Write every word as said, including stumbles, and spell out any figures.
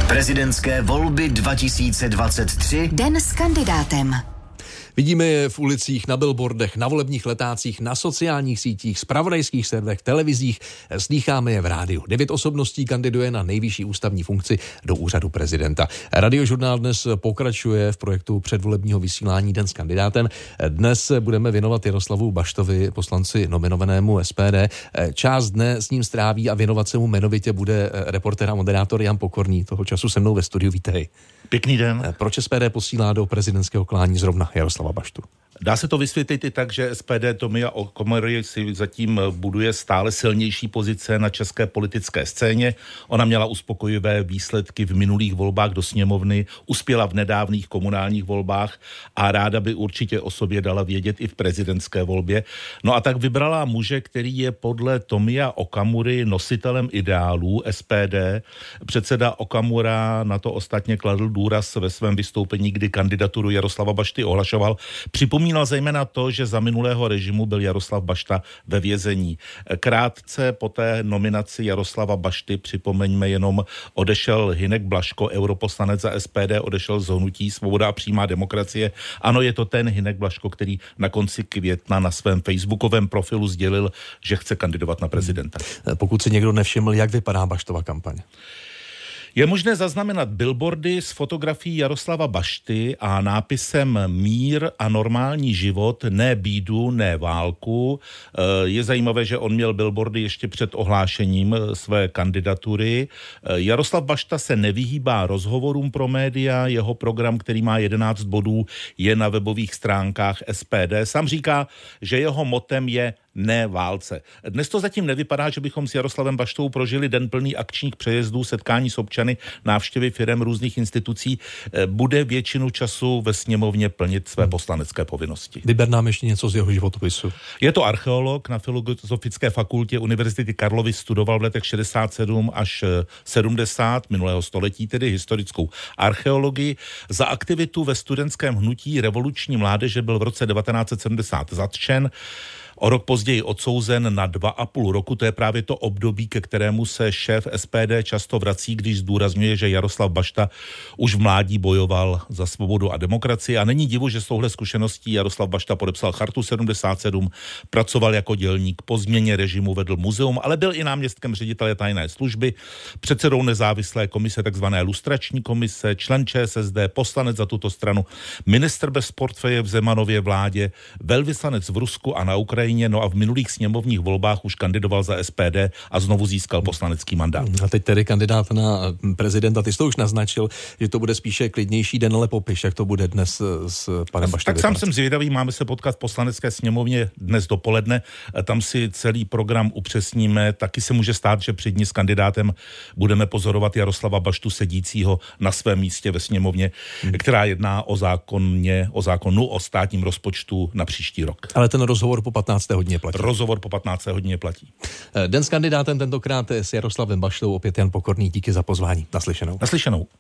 Prezidentské volby dva tisíce dvacet tři. Den s kandidátem. Vidíme je v ulicích, na billboardech, na volebních letácích, na sociálních sítích, zpravodajských serverech, televizích, slýcháme je v rádiu. Devět osobností kandiduje na nejvyšší ústavní funkci do úřadu prezidenta. Radiožurnál dnes pokračuje v projektu předvolebního vysílání Den s kandidátem. Dnes budeme věnovat Jaroslavu Baštovi, poslanci nominovanému S P D. Část dne s ním stráví a věnovat se mu jmenovitě bude reportér a moderátor Jan Pokorný. Toho času se mnou ve studiu, vítej. Pěkný den. Proč S P D posílá do prezidentského klání zrovna Jaroslava Baštu? Dá se to vysvětlit i tak, že S P D Tomia Okamury si zatím buduje stále silnější pozice na české politické scéně. Ona měla uspokojivé výsledky v minulých volbách do sněmovny, uspěla v nedávných komunálních volbách a ráda by určitě o sobě dala vědět i v prezidentské volbě. No a tak vybrala muže, který je podle Tomia Okamury nositelem ideálů S P D. Předseda Okamura na to ostatně kladl důraz ve svém vystoupení, kdy kandidaturu Jaroslava Bašty ohlašoval. Připomínal zejména to, že za minulého režimu byl Jaroslav Bašta ve vězení. Krátce po té nominaci Jaroslava Bašty, připomeňme jenom, odešel Hynek Blažko, europoslanec za S P D, odešel z hnutí Svoboda a přímá demokracie. Ano, je to ten Hynek Blažko, který na konci května na svém facebookovém profilu sdělil, že chce kandidovat na prezidenta. Pokud si někdo nevšiml, jak vypadá Baštova kampaň? Je možné zaznamenat billboardy s fotografií Jaroslava Bašty a nápisem Mír a normální život, ne bídu, ne válku. Je zajímavé, že on měl billboardy ještě před ohlášením své kandidatury. Jaroslav Bašta se nevyhýbá rozhovorům pro média, jeho program, který má jedenáct bodů, je na webových stránkách S P D. Sám říká, že jeho motem je ne válce. Dnes to zatím nevypadá, že bychom s Jaroslavem Baštou prožili den plný akčních přejezdů, setkání s občany, návštěvy firem různých institucí. Bude většinu času ve sněmovně plnit své poslanecké povinnosti. Vyber nám ještě něco z jeho životopisu. Je to archeolog, na Filozofické fakultě Univerzity Karlovy studoval v letech šedesát sedm až sedmdesát minulého století, tedy historickou archeologii. Za aktivitu ve studentském hnutí Revoluční mládeže byl v roce devatenáct set sedmdesát zatčen. O rok později odsouzen na dva a půl roku, to je právě to období, ke kterému se šéf S P D často vrací, když zdůrazňuje, že Jaroslav Bašta už v mládí bojoval za svobodu a demokracii. A není divu, že s touhle zkušeností Jaroslav Bašta podepsal Chartu sedmdesát sedm, pracoval jako dělník, po změně režimu vedl muzeum, ale byl i náměstkem ředitele tajné služby, předsedou nezávislé komise, takzvané lustrační komise, člen Č S S D, poslanec za tuto stranu, ministr bez portfeje v Zemanově vládě, velvyslanec v Rusku a na Ukrajině. No a v minulých sněmovních volbách už kandidoval za S P D a znovu získal poslanecký mandát. A teď tedy kandidát na prezidenta, ty jsi to už naznačil, že to bude spíše klidnější den, ale popiš, jak to bude dnes s panem Baštou. Tak sám jsem zvědavý, máme se potkat v poslanecké sněmovně dnes dopoledne, tam si celý program upřesníme, taky se může stát, že před ní s kandidátem budeme pozorovat Jaroslava Baštu sedícího na svém místě ve sněmovně, hmm. která jedná o zákoně, o zákonu o státním rozpočtu na příští rok. Ale ten rozhovor po patnácté hodině platí. Rozhovor po patnácté hodině platí. Den s kandidátem tentokrát s Jaroslavem Baštou, opět Jan Pokorný, díky za pozvání. Naslyšenou. Naslyšenou.